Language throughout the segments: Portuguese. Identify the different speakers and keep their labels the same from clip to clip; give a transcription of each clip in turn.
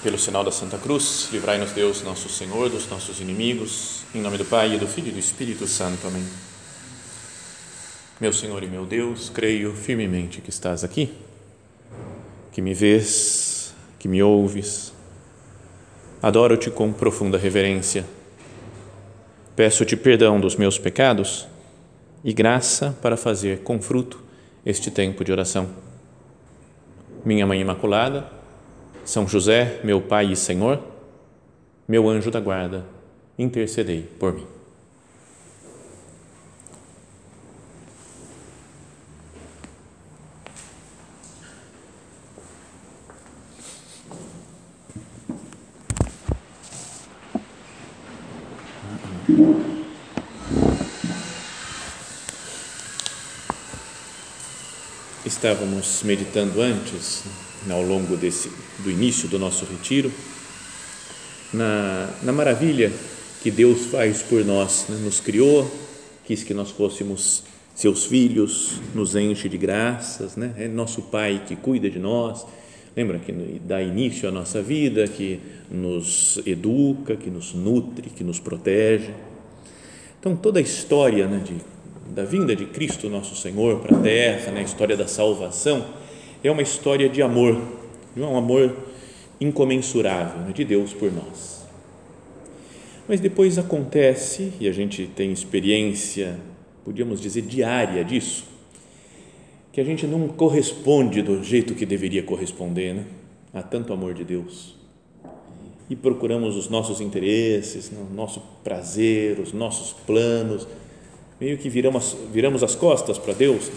Speaker 1: Pelo sinal da Santa Cruz, livrai-nos Deus, nosso Senhor, dos nossos inimigos, em nome do Pai, e do Filho e do Espírito Santo. Amém. Meu Senhor e meu Deus, creio firmemente que estás aqui, que me vês, que me ouves. Adoro-te com profunda reverência. Peço-te perdão dos meus pecados e graça para fazer com fruto este tempo de oração. Minha Mãe Imaculada, São José, meu Pai e Senhor, meu anjo da guarda, intercedei por mim. Estávamos meditando antes, ao longo do início do nosso retiro, na maravilha que Deus faz por nós, né? Nos criou, quis que nós fôssemos seus filhos, nos enche de graças, né? É nosso Pai que cuida de nós, lembra que dá início à nossa vida, que nos educa, que nos nutre, que nos protege. Então toda a história, né, da vinda de Cristo nosso Senhor para a terra, né, a história da salvação, é uma história de amor, um amor incomensurável, né, de Deus por nós. Mas depois acontece, e a gente tem experiência, podíamos dizer, diária disso, que a gente não corresponde do jeito que deveria corresponder, né, a tanto amor de Deus. E procuramos os nossos interesses, o nosso prazer, os nossos planos, meio que viramos as costas para Deus.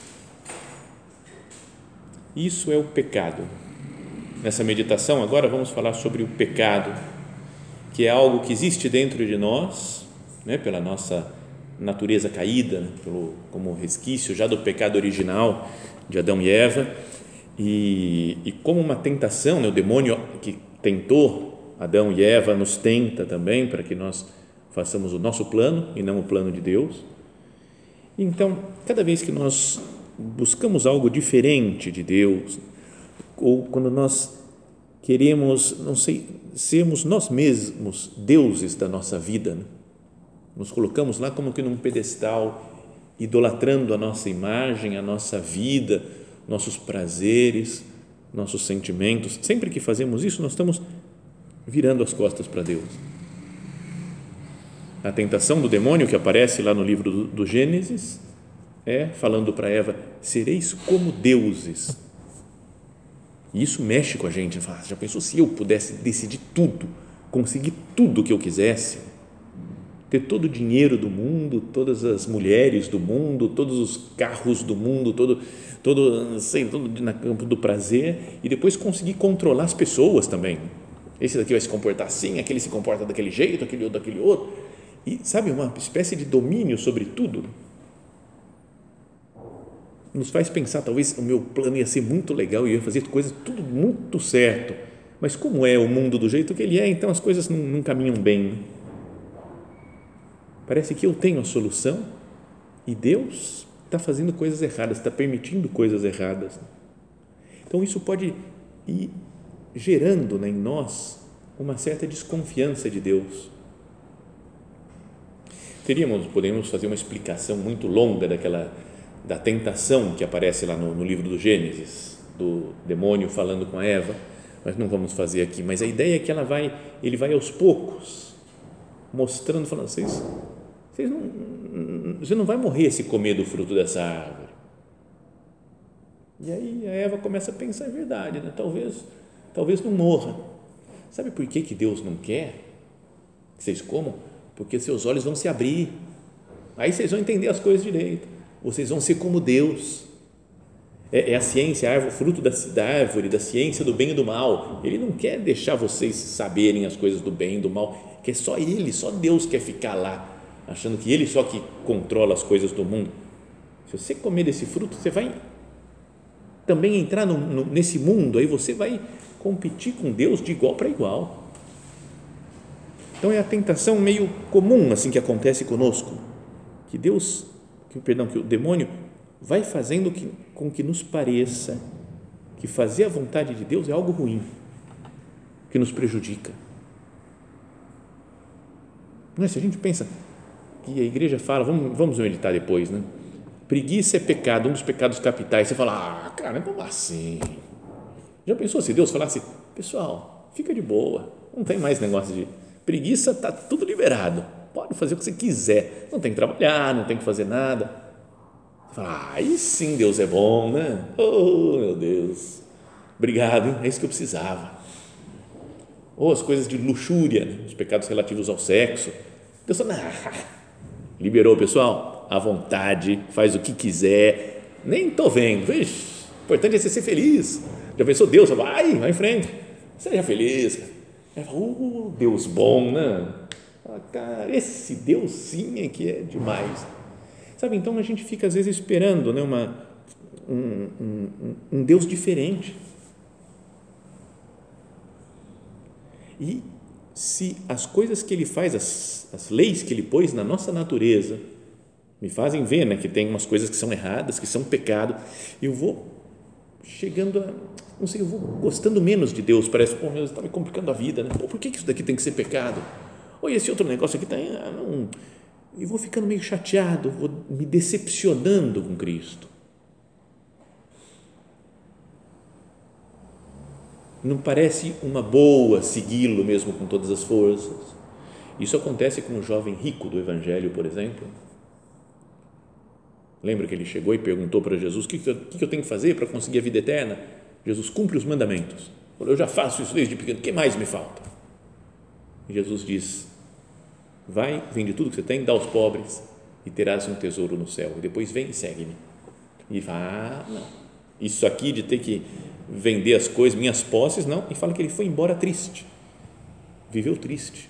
Speaker 1: Isso é o pecado. Nessa meditação agora vamos falar sobre o pecado, que é algo que existe dentro de nós, né, pela nossa natureza caída, né, como resquício já do pecado original de Adão e Eva, e como uma tentação, né, o demônio que tentou Adão e Eva nos tenta também para que nós façamos o nosso plano e não o plano de Deus. Então, cada vez que nós buscamos algo diferente de Deus, ou quando nós queremos, não sei, sermos nós mesmos deuses da nossa vida, né? Nos colocamos lá como que num pedestal, idolatrando a nossa imagem, a nossa vida, nossos prazeres, nossos sentimentos. Sempre que fazemos isso, nós estamos virando as costas para Deus. A tentação do demônio que aparece lá no livro do Gênesis é falando para Eva: sereis como deuses. E isso mexe com a gente. Já pensou se eu pudesse decidir tudo, conseguir tudo o que eu quisesse, ter todo o dinheiro do mundo, todas as mulheres do mundo, todos os carros do mundo, todo no campo do prazer, e depois conseguir controlar as pessoas também. Esse daqui vai se comportar assim, aquele se comporta daquele jeito, aquele outro daquele outro. E sabe, uma espécie de domínio sobre tudo. Nos faz pensar, talvez o meu plano ia ser muito legal e eu ia fazer coisas tudo muito certo, mas como é o mundo do jeito que ele é, então as coisas não caminham bem. Parece que eu tenho a solução e Deus está fazendo coisas erradas, está permitindo coisas erradas. Então isso pode ir gerando, né, em nós uma certa desconfiança de Deus. Podemos fazer uma explicação muito longa da tentação que aparece lá no livro do Gênesis, do demônio falando com a Eva, mas não vamos fazer aqui. Mas a ideia é que ele vai aos poucos mostrando, falando: você não vai morrer se comer do fruto dessa árvore. E aí a Eva começa a pensar: é verdade, né? Talvez não morra. Sabe por que Deus não quer que vocês comam? Porque seus olhos vão se abrir, aí vocês vão entender as coisas direito, vocês vão ser como Deus. É a ciência, o fruto da árvore, da ciência do bem e do mal. Ele não quer deixar vocês saberem as coisas do bem e do mal, que é só Ele, só Deus quer ficar lá, achando que Ele só que controla as coisas do mundo. Se você comer desse fruto, você vai também entrar nesse mundo, aí você vai competir com Deus de igual para igual. Então é a tentação meio comum assim que acontece conosco, que o demônio vai fazendo com que nos pareça que fazer a vontade de Deus é algo ruim. que nos prejudica. Não é? Se a gente pensa que a igreja fala, vamos meditar depois, né? Preguiça é pecado, um dos pecados capitais. Você fala, cara, como assim? Já pensou se Deus falasse, pessoal, fica de boa, não tem mais negócio de preguiça, está tudo liberado, pode fazer o que você quiser, não tem que trabalhar, não tem que fazer nada. Você fala, aí sim Deus é bom, né? Oh, meu Deus, obrigado, hein? É isso que eu precisava. Ou as coisas de luxúria, né? Os pecados relativos ao sexo. Deus fala, liberou, pessoal, à vontade, faz o que quiser, nem estou vendo, vixe, o importante é você ser feliz. Já pensou Deus? Vai em frente, seja feliz. Deus bom, né? Cara, esse Deus sim é que é demais. Sabe, então a gente fica às vezes esperando, né, um Deus diferente. E se as coisas que Ele faz, as leis que Ele pôs na nossa natureza, me fazem ver, né, que tem umas coisas que são erradas, que são pecado, eu vou chegando a, não sei, eu vou gostando menos de Deus, parece, meu Deus, está me complicando a vida, né? Por que isso daqui tem que ser pecado? Ou esse outro negócio aqui está, não, e vou ficando meio chateado, vou me decepcionando com Cristo. Não parece uma boa segui-lo mesmo com todas as forças. Isso acontece com o jovem rico do Evangelho, por exemplo. Lembra que ele chegou e perguntou para Jesus, o que eu tenho que fazer para conseguir a vida eterna? Jesus, cumpre os mandamentos. Eu já faço isso desde pequeno, o que mais me falta? E Jesus diz, vai, vende tudo que você tem, dá aos pobres e terás um tesouro no céu. E depois vem e segue-me. E fala, não, isso aqui de ter que vender as coisas, minhas posses, não. E fala que ele foi embora triste, viveu triste.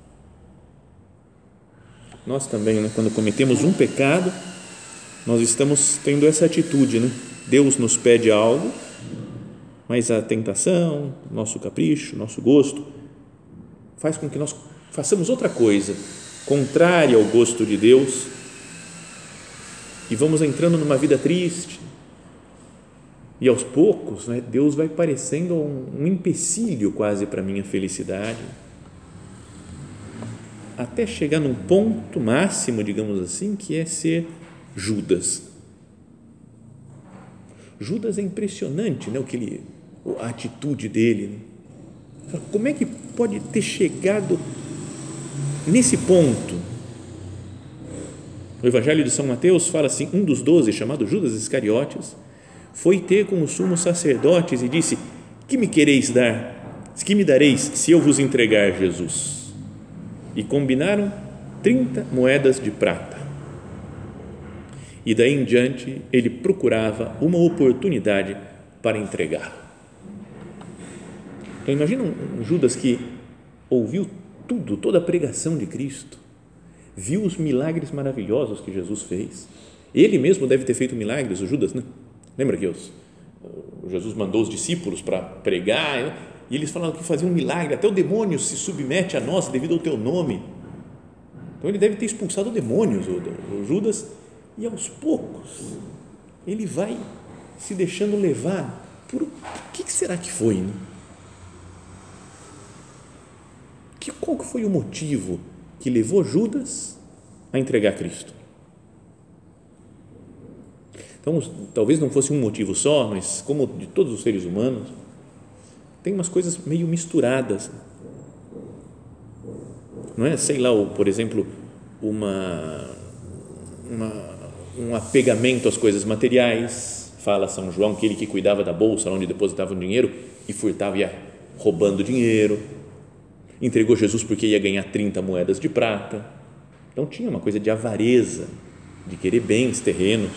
Speaker 1: Nós também, né, quando cometemos um pecado, nós estamos tendo essa atitude, né? Deus nos pede algo, mas a tentação, nosso capricho, nosso gosto, faz com que nós façamos outra coisa, contrária ao gosto de Deus, e vamos entrando numa vida triste. E aos poucos, né, Deus vai parecendo um empecilho quase para a minha felicidade, até chegar num ponto máximo, digamos assim, que é ser Judas. Judas é impressionante, né, a atitude dele. Né? Como é que pode ter chegado nesse ponto? O Evangelho de São Mateus fala assim, um dos 12, chamado Judas Iscariotes, foi ter com os sumos sacerdotes e disse, que me quereis dar? Que me dareis se eu vos entregar Jesus? E combinaram 30 moedas de prata. E daí em diante ele procurava uma oportunidade para entregá-lo. Então imagina um Judas que ouviu tudo, toda a pregação de Cristo, viu os milagres maravilhosos que Jesus fez. Ele mesmo deve ter feito milagres, o Judas, né? Lembra que Jesus mandou os discípulos para pregar, né? E eles falaram que faziam um milagre, até o demônio se submete a nós devido ao teu nome. Então ele deve ter expulsado demônios, o Judas, e aos poucos ele vai se deixando levar por o que será que foi, né? Qual que foi o motivo que levou Judas a entregar Cristo? Então, talvez não fosse um motivo só, mas como de todos os seres humanos, tem umas coisas meio misturadas, não é? Sei lá, por exemplo, um apegamento às coisas materiais. Fala São João, aquele que cuidava da bolsa onde depositava o dinheiro e furtava e ia roubando dinheiro, entregou Jesus porque ia ganhar 30 moedas de prata. Então tinha uma coisa de avareza, de querer bens terrenos,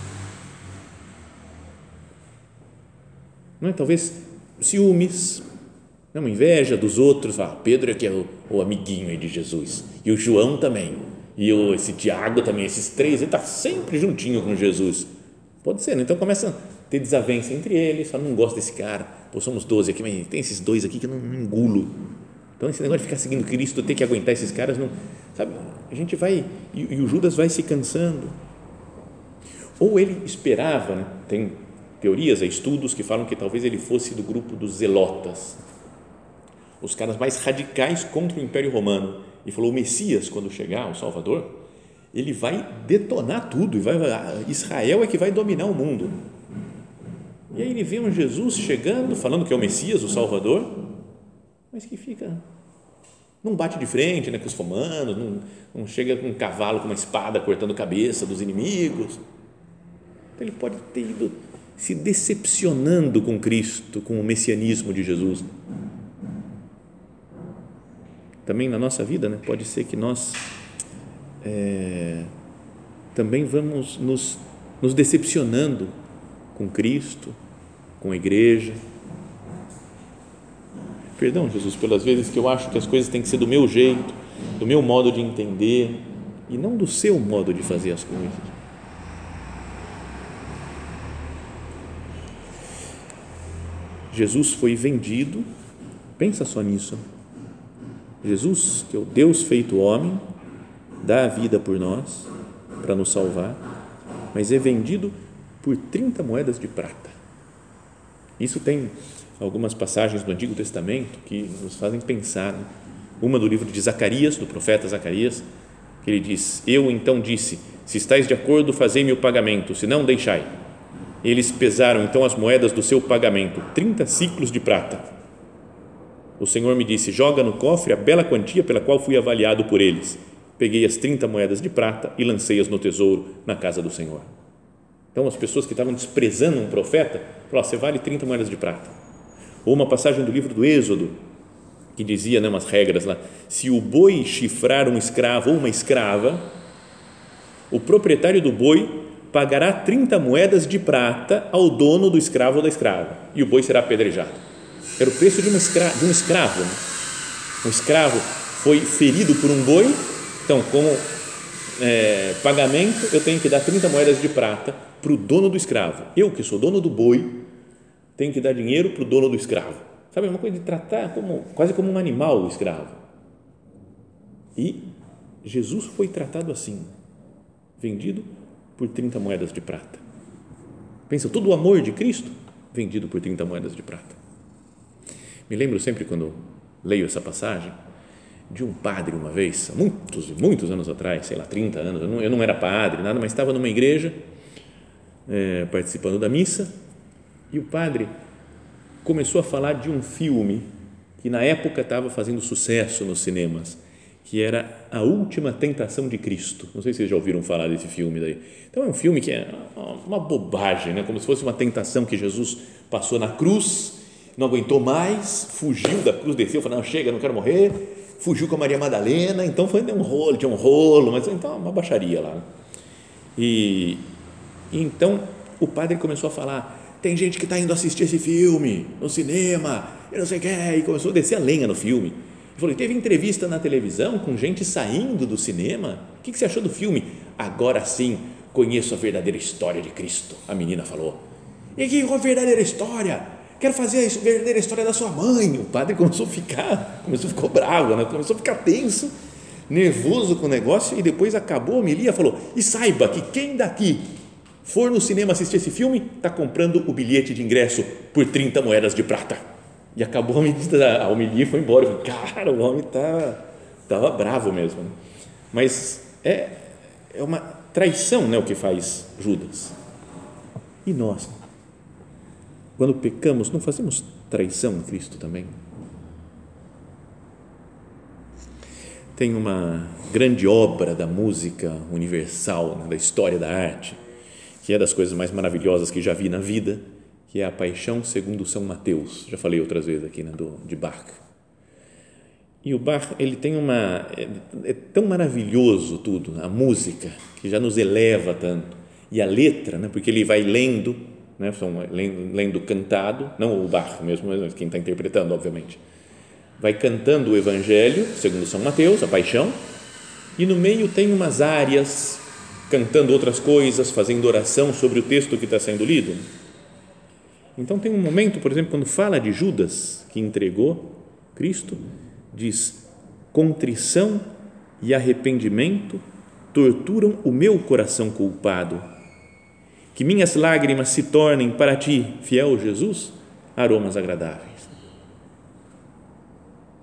Speaker 1: não é? Talvez ciúmes, uma inveja dos outros. Pedro é que é o amiguinho aí de Jesus, e o João também, e esse Tiago também, esses três, ele está sempre juntinho com Jesus. Pode ser, né? Então começa a ter desavença entre eles, fala, não gosto desse cara, somos 12 aqui, mas tem esses dois aqui que eu não engulo. Então esse negócio de ficar seguindo Cristo, ter que aguentar esses caras, não, sabe? A gente vai, e o Judas vai se cansando. Ou ele esperava, né? Tem teorias, estudos que falam que talvez ele fosse do grupo dos zelotas. os caras mais radicais contra o Império Romano, e falou: o Messias, quando chegar, o Salvador, ele vai detonar tudo, Israel é que vai dominar o mundo. E aí ele vê um Jesus chegando, falando que é o Messias, o Salvador, mas que não bate de frente, né, com os romanos, não chega com um cavalo com uma espada cortando a cabeça dos inimigos. Então ele pode ter ido se decepcionando com Cristo, com o messianismo de Jesus. Também na nossa vida, né, pode ser que nós também vamos nos decepcionando com Cristo, com a igreja. Perdão, Jesus, pelas vezes que eu acho que as coisas têm que ser do meu jeito, do meu modo de entender, e não do seu modo de fazer as coisas. Jesus foi vendido, pensa só nisso. Jesus, que é o Deus feito homem, dá a vida por nós, para nos salvar, mas é vendido por 30 moedas de prata. Isso tem algumas passagens do Antigo Testamento que nos fazem pensar, né? Uma do livro de Zacarias, do profeta Zacarias, que ele diz: eu então disse, se estáis de acordo, fazei-me o pagamento, se não, deixai. Eles pesaram então as moedas do seu pagamento, 30 siclos de prata. O Senhor me disse: joga no cofre a bela quantia pela qual fui avaliado por eles. Peguei as 30 moedas de prata e lancei-as no tesouro na casa do Senhor. Então as pessoas que estavam desprezando um profeta falaram: você vale 30 moedas de prata. Ou uma passagem do livro do Êxodo, que dizia, né, umas regras lá: se o boi chifrar um escravo ou uma escrava, o proprietário do boi pagará 30 moedas de prata ao dono do escravo ou da escrava, e o boi será apedrejado. Era o preço de um escravo. Né? Um escravo foi ferido por um boi, então, como pagamento, eu tenho que dar 30 moedas de prata para o dono do escravo. Eu, que sou dono do boi, tenho que dar dinheiro para o dono do escravo. Sabe, é uma coisa de tratar quase como um animal o escravo. E Jesus foi tratado assim, vendido por 30 moedas de prata. Pensa, todo o amor de Cristo vendido por 30 moedas de prata. Me lembro sempre, quando leio essa passagem, de um padre uma vez, muitos anos atrás, sei lá, 30 anos, eu não era padre, nada, mas estava numa igreja, participando da missa, e o padre começou a falar de um filme que na época estava fazendo sucesso nos cinemas, que era A Última Tentação de Cristo. Não sei se vocês já ouviram falar desse filme daí. Então é um filme que é uma bobagem, né? Como se fosse uma tentação que Jesus passou na cruz, não aguentou mais, fugiu da cruz, desceu, falou: não, chega, não quero morrer, fugiu com a Maria Madalena, então foi tinha um rolo, mas então uma baixaria lá. E então o padre começou a falar: tem gente que está indo assistir esse filme no cinema, e não sei o que, e começou a descer a lenha no filme. Ele falou: teve entrevista na televisão com gente saindo do cinema, o que você achou do filme? Agora sim conheço a verdadeira história de Cristo, a menina falou. E que verdadeira história? Quero fazer a verdadeira história da sua mãe. O padre começou a ficar bravo, né? Começou a ficar tenso, nervoso com o negócio, e depois acabou a homilia, falou: e saiba que quem daqui for no cinema assistir esse filme, está comprando o bilhete de ingresso por 30 moedas de prata. E acabou a homilia e foi embora. Eu falei: cara, o homem estava bravo mesmo. Né? Mas é uma traição, né, o que faz Judas. E nós, quando pecamos, não fazemos traição a Cristo também? Tem uma grande obra da música universal, né, da história da arte, que é das coisas mais maravilhosas que já vi na vida, que é a Paixão segundo São Mateus. Já falei outras vezes aqui, né, de Bach. E o Bach, ele tem é tão maravilhoso tudo, a música, que já nos eleva tanto, e a letra, né, porque ele vai lendo, né, lendo cantado, não o Bach mesmo, mas quem está interpretando, obviamente, vai cantando o Evangelho segundo São Mateus, a Paixão, e no meio tem umas áreas cantando outras coisas, fazendo oração sobre o texto que está sendo lido. Então tem um momento, por exemplo, quando fala de Judas, que entregou Cristo, diz: contrição e arrependimento torturam o meu coração culpado, que minhas lágrimas se tornem para ti, fiel Jesus, aromas agradáveis.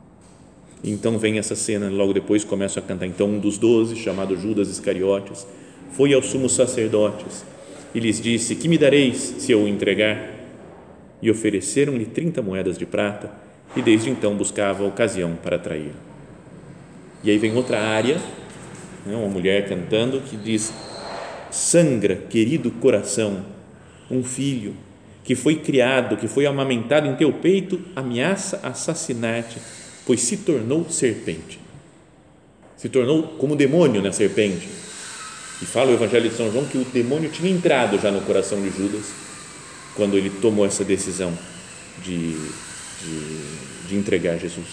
Speaker 1: Então vem essa cena, logo depois começa a cantar. Então um dos 12, chamado Judas Iscariotes, foi aos sumos sacerdotes e lhes disse: que me dareis se eu o entregar? E ofereceram-lhe 30 moedas de prata, e desde então buscava a ocasião para trair. E aí vem outra área, né, uma mulher cantando que diz: sangra, querido coração, um filho que foi criado, que foi amamentado em teu peito, ameaça assassinar-te, pois se tornou serpente. Se tornou como demônio na serpente. E fala o Evangelho de São João que o demônio tinha entrado já no coração de Judas quando ele tomou essa decisão de entregar Jesus.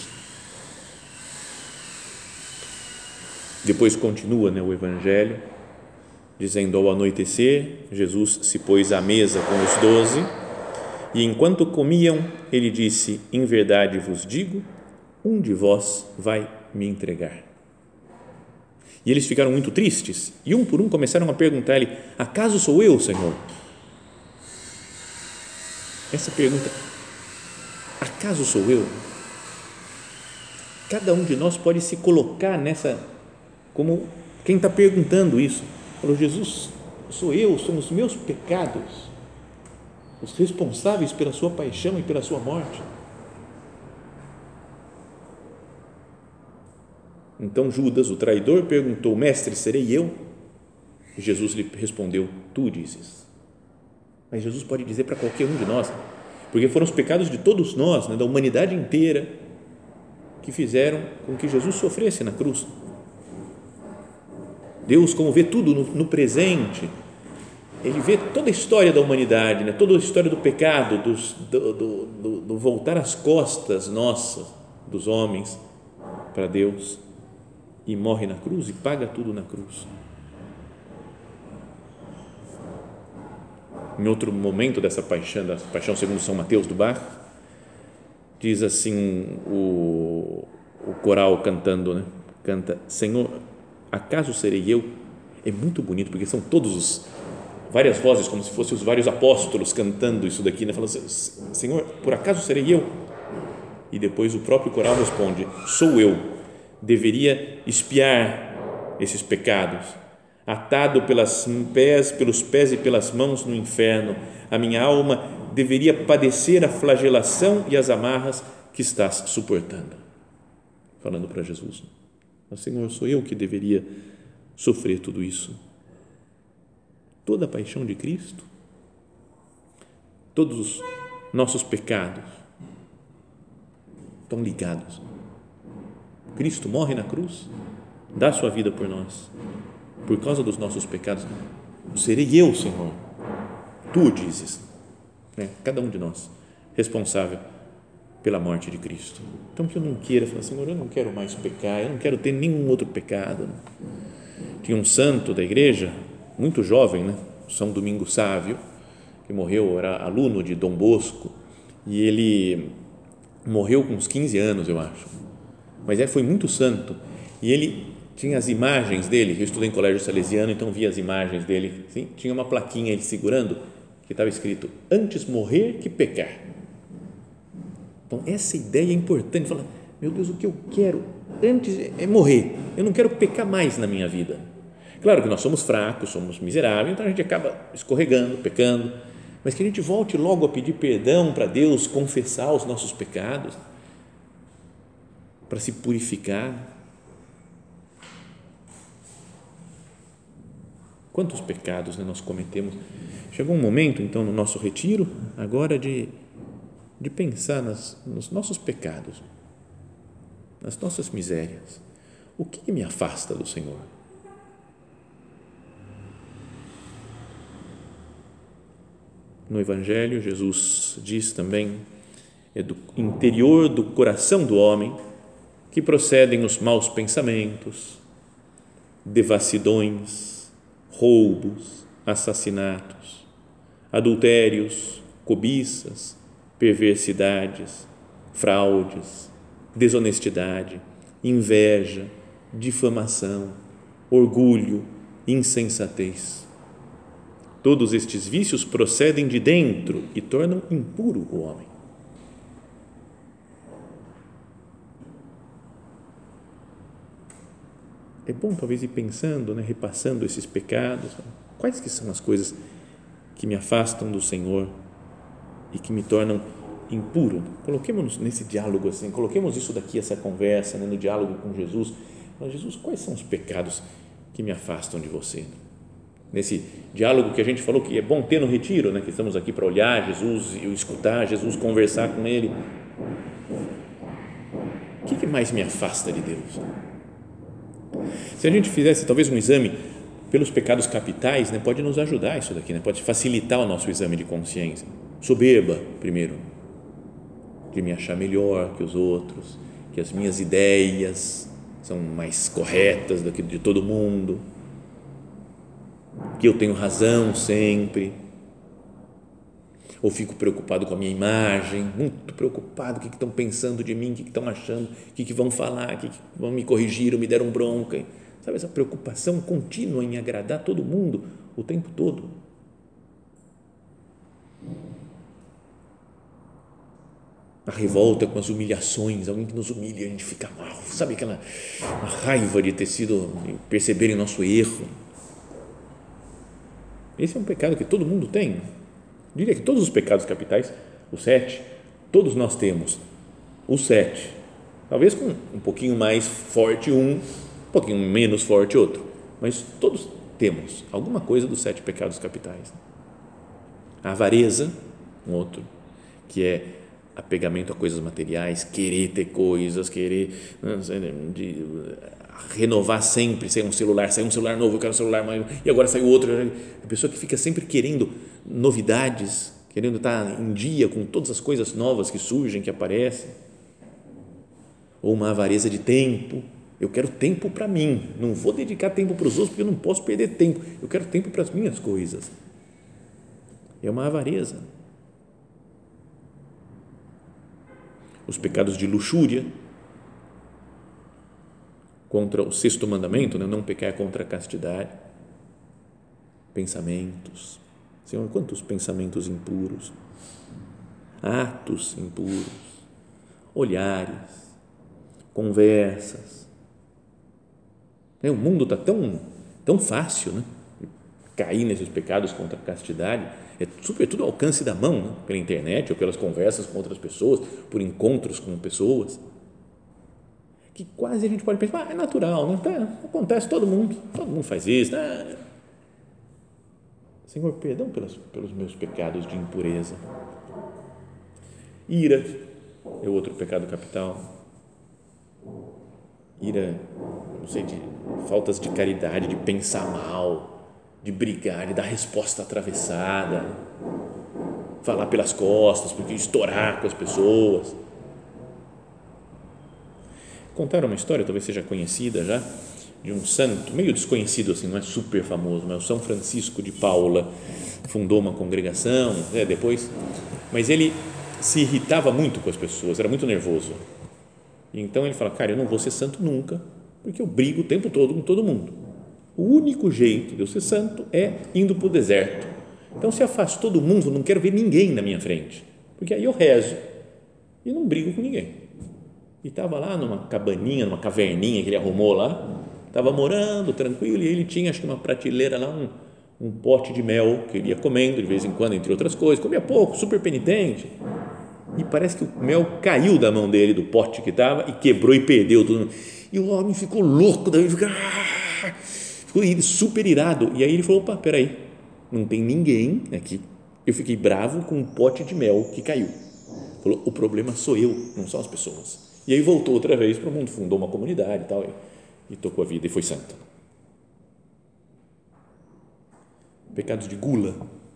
Speaker 1: Depois continua, né, o Evangelho dizendo: ao anoitecer, Jesus se pôs à mesa com os 12 e enquanto comiam, ele disse: em verdade vos digo, um de vós vai me entregar. E eles ficaram muito tristes e um por um começaram a perguntar-lhe: acaso sou eu, Senhor? Essa pergunta, acaso sou eu? Cada um de nós pode se colocar nessa, como quem está perguntando isso. Falou: Jesus, sou eu, são os meus pecados os responsáveis pela sua paixão e pela sua morte. Então Judas, o traidor, perguntou: mestre, serei eu? E Jesus lhe respondeu: tu dizes. Mas Jesus pode dizer para qualquer um de nós, porque foram os pecados de todos nós, né, da humanidade inteira, que fizeram com que Jesus sofresse na cruz. Deus, como vê tudo no presente, ele vê toda a história da humanidade, né, toda a história do pecado, do voltar as costas nossas, dos homens, para Deus, e morre na cruz e paga tudo na cruz. Em outro momento dessa paixão, da paixão segundo São Mateus do Bach, diz assim o coral cantando, né? Canta: Senhor, acaso serei eu? É muito bonito, porque são várias vozes, como se fossem os vários apóstolos cantando isso daqui, né? Falando: Senhor, por acaso serei eu? E depois o próprio coral responde: sou eu, deveria expiar esses pecados, atado pelos pés e pelas mãos no inferno, a minha alma deveria padecer a flagelação e as amarras que estás suportando. Falando para Jesus: Senhor, sou eu que deveria sofrer tudo isso. Toda a paixão de Cristo, todos os nossos pecados estão ligados. Cristo morre na cruz, dá sua vida por nós, por causa dos nossos pecados. Serei eu, Senhor, tu dizes, né? Cada um de nós responsável pela morte de Cristo. Então que eu não queira falar: Senhor, eu não quero mais pecar, eu não quero ter nenhum outro pecado. Tinha um santo da igreja, muito jovem, né? São Domingos Sávio, que morreu, era aluno de Dom Bosco, e ele morreu com uns 15 anos, eu acho, mas foi muito santo, e ele tinha as imagens dele. Eu estudei em colégio salesiano, então via as imagens dele, assim, tinha uma plaquinha ele segurando, que estava escrito: antes morrer que pecar. Então essa ideia é importante, fala: meu Deus, o que eu quero antes é morrer, eu não quero pecar mais na minha vida. Claro que nós somos fracos, somos miseráveis, então a gente acaba escorregando, pecando, mas que a gente volte logo a pedir perdão para Deus, confessar os nossos pecados, para se purificar. Quantos pecados, né, nós cometemos? Chegou um momento, então, no nosso retiro, agora de pensar nos nossos pecados, nas nossas misérias. O que me afasta do Senhor? No Evangelho, Jesus diz também: é do interior do coração do homem que procedem os maus pensamentos, devassidões, roubos, assassinatos, adultérios, cobiças, perversidades, fraudes, desonestidade, inveja, difamação, orgulho, insensatez. Todos estes vícios procedem de dentro e tornam impuro o homem. é bom talvez ir pensando, né, repassando esses pecados. Quais que são as coisas que me afastam do Senhor e que me tornam impuro? Coloquemos nesse diálogo assim, coloquemos isso daqui, essa conversa, né, no diálogo com Jesus. Mas, Jesus, quais são os pecados que me afastam de você? Nesse diálogo que a gente falou que é bom ter no retiro, né, que estamos aqui para olhar Jesus e escutar Jesus, conversar com Ele. O que mais me afasta de Deus? Se a gente fizesse talvez um exame pelos pecados capitais, né, pode nos ajudar isso daqui, né, pode facilitar o nosso exame de consciência. Soberba, primeiro, de me achar melhor que os outros, que as minhas ideias são mais corretas do que de todo mundo, que eu tenho razão sempre, ou fico preocupado com a minha imagem, muito preocupado, o que estão pensando de mim, o que estão achando, o que vão falar, o que vão me corrigir ou me deram bronca, sabe, essa preocupação contínua em agradar todo mundo o tempo todo. A revolta com as humilhações, alguém que nos humilha, a gente fica mal, sabe, aquela raiva de perceberem nosso erro. Esse é um pecado que todo mundo tem. Eu diria que todos os pecados capitais, os 7, todos nós temos os 7, talvez com um pouquinho mais forte um pouquinho menos forte outro, mas todos temos alguma coisa dos 7 pecados capitais. A avareza, um outro, que é apegamento a coisas materiais, querer ter coisas, querer renovar sempre, saiu um celular novo, eu quero um celular mais, e agora saiu outro, a pessoa que fica sempre querendo novidades, querendo estar em dia com todas as coisas novas que surgem, que aparecem, ou uma avareza de tempo, eu quero tempo para mim, não vou dedicar tempo para os outros porque eu não posso perder tempo, eu quero tempo para as minhas coisas, é uma avareza. Os pecados de luxúria, contra o 6º mandamento, né? Não pecar contra a castidade. Pensamentos, Senhor, quantos pensamentos impuros, atos impuros, olhares, conversas. O mundo está tão fácil, né? Cair nesses pecados contra a castidade, é tudo ao alcance da mão, né? Pela internet ou pelas conversas com outras pessoas, por encontros com pessoas, que quase a gente pode pensar, é natural, né? Acontece, todo mundo faz isso, né? Senhor, perdão pelos meus pecados de impureza. Ira é outro pecado capital. Ira, não sei, de faltas de caridade, de pensar mal, de brigar, de dar resposta atravessada, falar pelas costas, porque estourar com as pessoas. Contaram uma história, talvez seja conhecida já, de um santo, meio desconhecido assim, não é super famoso, mas o São Francisco de Paula fundou uma congregação, depois, mas ele se irritava muito com as pessoas, era muito nervoso. Então ele fala, cara, eu não vou ser santo nunca, porque eu brigo o tempo todo com todo mundo. O único jeito de eu ser santo é indo para o deserto. Então, se afasto todo mundo, não quero ver ninguém na minha frente, porque aí eu rezo e não brigo com ninguém. E estava lá numa cabaninha, numa caverninha que ele arrumou lá, estava morando tranquilo, e ele tinha, acho que uma prateleira lá, um pote de mel que ele ia comendo de vez em quando, entre outras coisas, comia pouco, super penitente, e parece que o mel caiu da mão dele, do pote que estava, e quebrou e perdeu tudo, e o homem ficou louco, daí ficou super irado, e aí ele falou, opa, peraí, não tem ninguém aqui, eu fiquei bravo com um pote de mel que caiu. Falou, o problema sou eu, não são as pessoas. E aí voltou outra vez para o mundo, fundou uma comunidade e tal, e tocou a vida e foi santo. Pecados de gula,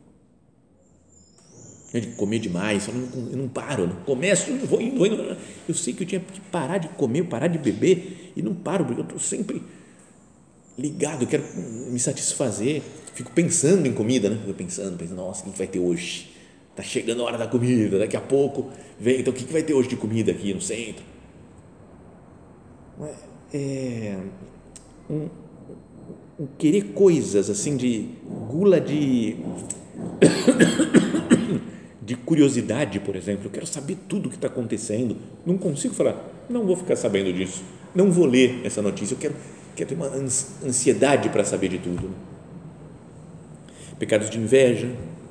Speaker 1: de comer demais, eu não paro, não começo, vou indo, eu sei que eu tinha que parar de comer, parar de beber e não paro, porque eu estou sempre ligado, eu quero me satisfazer, fico pensando em comida, né? Eu pensando, nossa, o que vai ter hoje? Está chegando a hora da comida, daqui a pouco vem, então o que vai ter hoje de comida aqui no centro? Querer coisas assim, de gula de curiosidade, por exemplo, eu quero saber tudo o que está acontecendo, não consigo falar, não vou ficar sabendo disso, não vou ler essa notícia, eu quero quer ter uma ansiedade para saber de tudo. Pecados de inveja,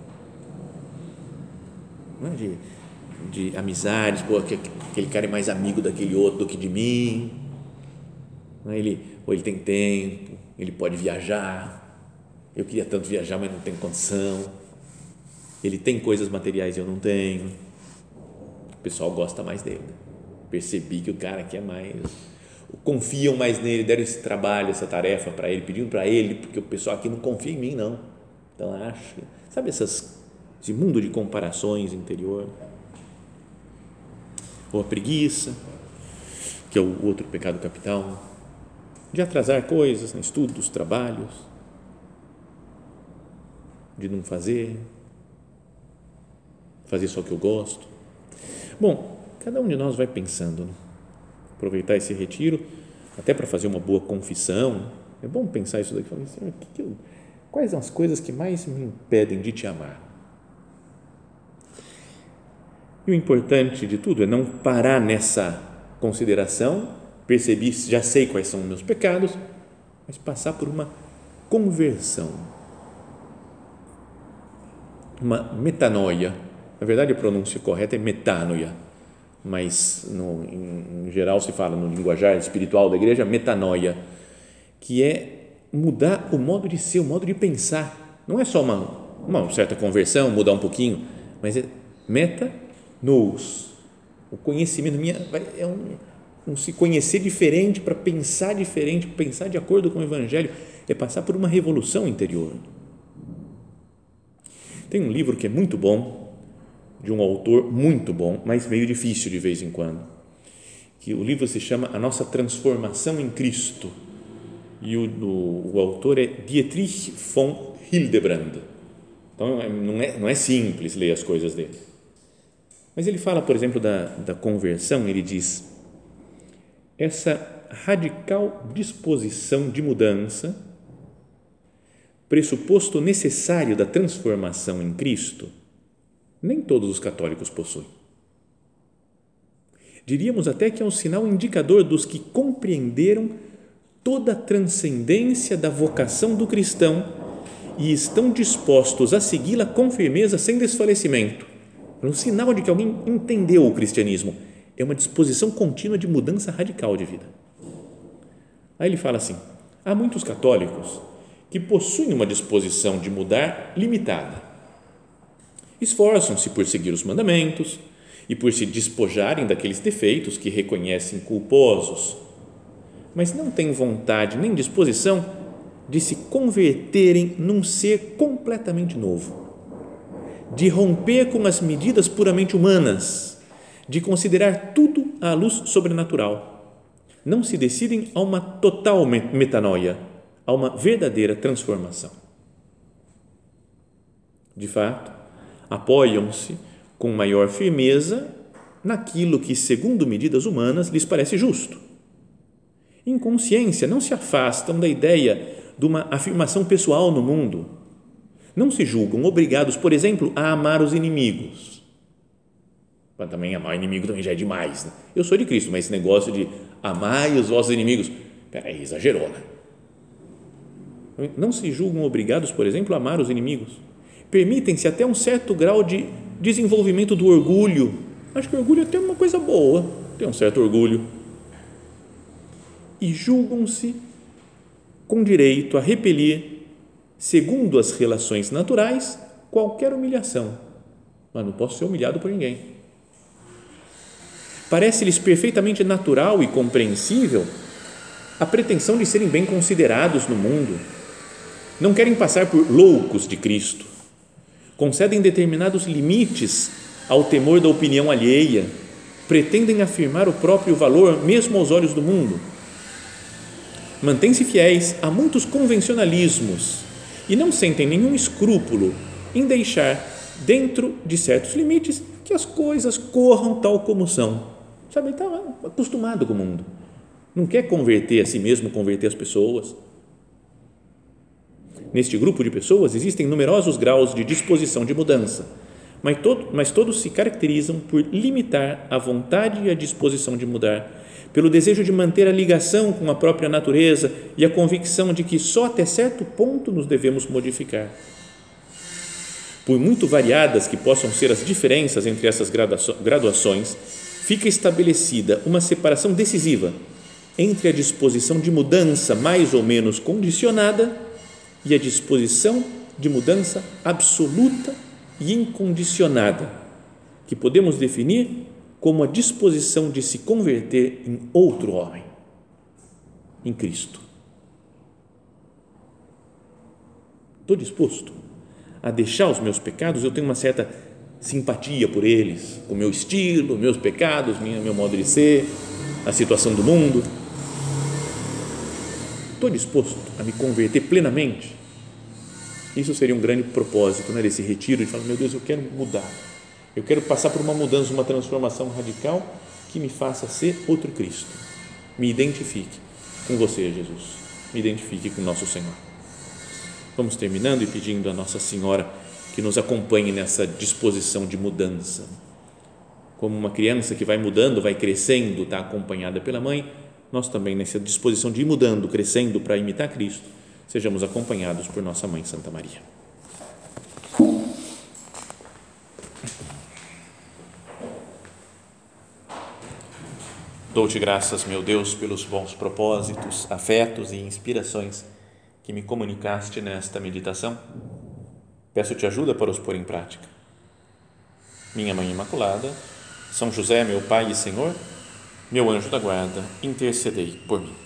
Speaker 1: não é? De amizades, pô, aquele cara é mais amigo daquele outro do que de mim, não é? Ou ele tem tempo, ele pode viajar, eu queria tanto viajar, mas não tenho condição, ele tem coisas materiais e eu não tenho, o pessoal gosta mais dele, percebi que o cara aqui é mais, confiam mais nele, deram esse trabalho, essa tarefa para ele, pediram para ele, porque o pessoal aqui não confia em mim não, então acho, sabe esse mundo de comparações interior, ou a preguiça, que é o outro pecado capital, de atrasar coisas, estudos, trabalhos, de não fazer só o que eu gosto. Bom, cada um de nós vai pensando, né? Aproveitar esse retiro, até para fazer uma boa confissão, é bom pensar isso daqui, falar, Senhor, quais são as coisas que mais me impedem de te amar? E o importante de tudo é não parar nessa consideração, percebi, já sei quais são os meus pecados, mas passar por uma conversão, uma metanoia. Na verdade, a pronúncia correta é metanoia, mas em geral se fala no linguajar espiritual da igreja metanoia, que é mudar o modo de ser, o modo de pensar. Não é só uma certa conversão, mudar um pouquinho, mas é meta-nous. O conhecimento é um se conhecer diferente, para pensar diferente, pensar de acordo com o Evangelho, é passar por uma revolução interior. Tem um livro que é muito bom, de um autor muito bom, mas meio difícil de vez em quando, que o livro se chama A Nossa Transformação em Cristo, e o autor é Dietrich von Hildebrand. Então não é simples ler as coisas dele, mas ele fala, por exemplo, da conversão. Ele diz: essa radical disposição de mudança, pressuposto necessário da transformação em Cristo, nem todos os católicos possuem. Diríamos até que é um sinal indicador dos que compreenderam toda a transcendência da vocação do cristão e estão dispostos a segui-la com firmeza, sem desfalecimento. É um sinal de que alguém entendeu o cristianismo. É uma disposição contínua de mudança radical de vida. Aí ele fala assim: há muitos católicos que possuem uma disposição de mudar limitada. Esforçam-se por seguir os mandamentos e por se despojarem daqueles defeitos que reconhecem culposos, mas não têm vontade nem disposição de se converterem num ser completamente novo, de romper com as medidas puramente humanas, de considerar tudo à luz sobrenatural. Não se decidem a uma total metanoia, a uma verdadeira transformação. De fato, apoiam-se com maior firmeza naquilo que, segundo medidas humanas, lhes parece justo. Em consciência, não se afastam da ideia de uma afirmação pessoal no mundo. Não se julgam obrigados, por exemplo, a amar os inimigos. Mas também amar o inimigo também já é demais, né? Eu sou de Cristo, mas esse negócio de amar os vossos inimigos, peraí, exagerou, né? Não se julgam obrigados, por exemplo, a amar os inimigos. Permitem-se até um certo grau de desenvolvimento do orgulho. Acho que o orgulho é até uma coisa boa, tem um certo orgulho. E julgam-se com direito a repelir, segundo as relações naturais, qualquer humilhação. Mas não posso ser humilhado por ninguém. Parece-lhes perfeitamente natural e compreensível a pretensão de serem bem considerados no mundo. Não querem passar por loucos de Cristo. Concedem determinados limites ao temor da opinião alheia. Pretendem afirmar o próprio valor mesmo aos olhos do mundo. Mantêm-se fiéis a muitos convencionalismos e não sentem nenhum escrúpulo em deixar, dentro de certos limites, que as coisas corram tal como são. Sabe, ele está acostumado com o mundo. Não quer converter a si mesmo, converter as pessoas. Neste grupo de pessoas existem numerosos graus de disposição de mudança, mas todos se caracterizam por limitar a vontade e a disposição de mudar, pelo desejo de manter a ligação com a própria natureza e a convicção de que só até certo ponto nos devemos modificar. Por muito variadas que possam ser as diferenças entre essas graduações, fica estabelecida uma separação decisiva entre a disposição de mudança mais ou menos condicionada e a disposição de mudança absoluta e incondicionada, que podemos definir como a disposição de se converter em outro homem, em Cristo. Estou disposto a deixar os meus pecados, eu tenho uma certa simpatia por eles, o meu estilo, meus pecados, meu modo de ser, a situação do mundo. Estou disposto a me converter plenamente. Isso seria um grande propósito, né, desse retiro, de falar, meu Deus, eu quero mudar, eu quero passar por uma mudança, uma transformação radical que me faça ser outro Cristo. Me identifique com você, Jesus, me identifique com nosso Senhor. Vamos terminando e pedindo a Nossa Senhora que nos acompanhe nessa disposição de mudança. Como uma criança que vai mudando, vai crescendo, está acompanhada pela mãe, nós também, nessa disposição de ir mudando, crescendo para imitar Cristo, sejamos acompanhados por nossa Mãe Santa Maria. Dou-te graças, meu Deus, pelos bons propósitos, afetos e inspirações que me comunicaste nesta meditação. Peço-te ajuda para os pôr em prática. Minha Mãe Imaculada, São José, meu Pai e Senhor, meu anjo da guarda, intercedei por mim.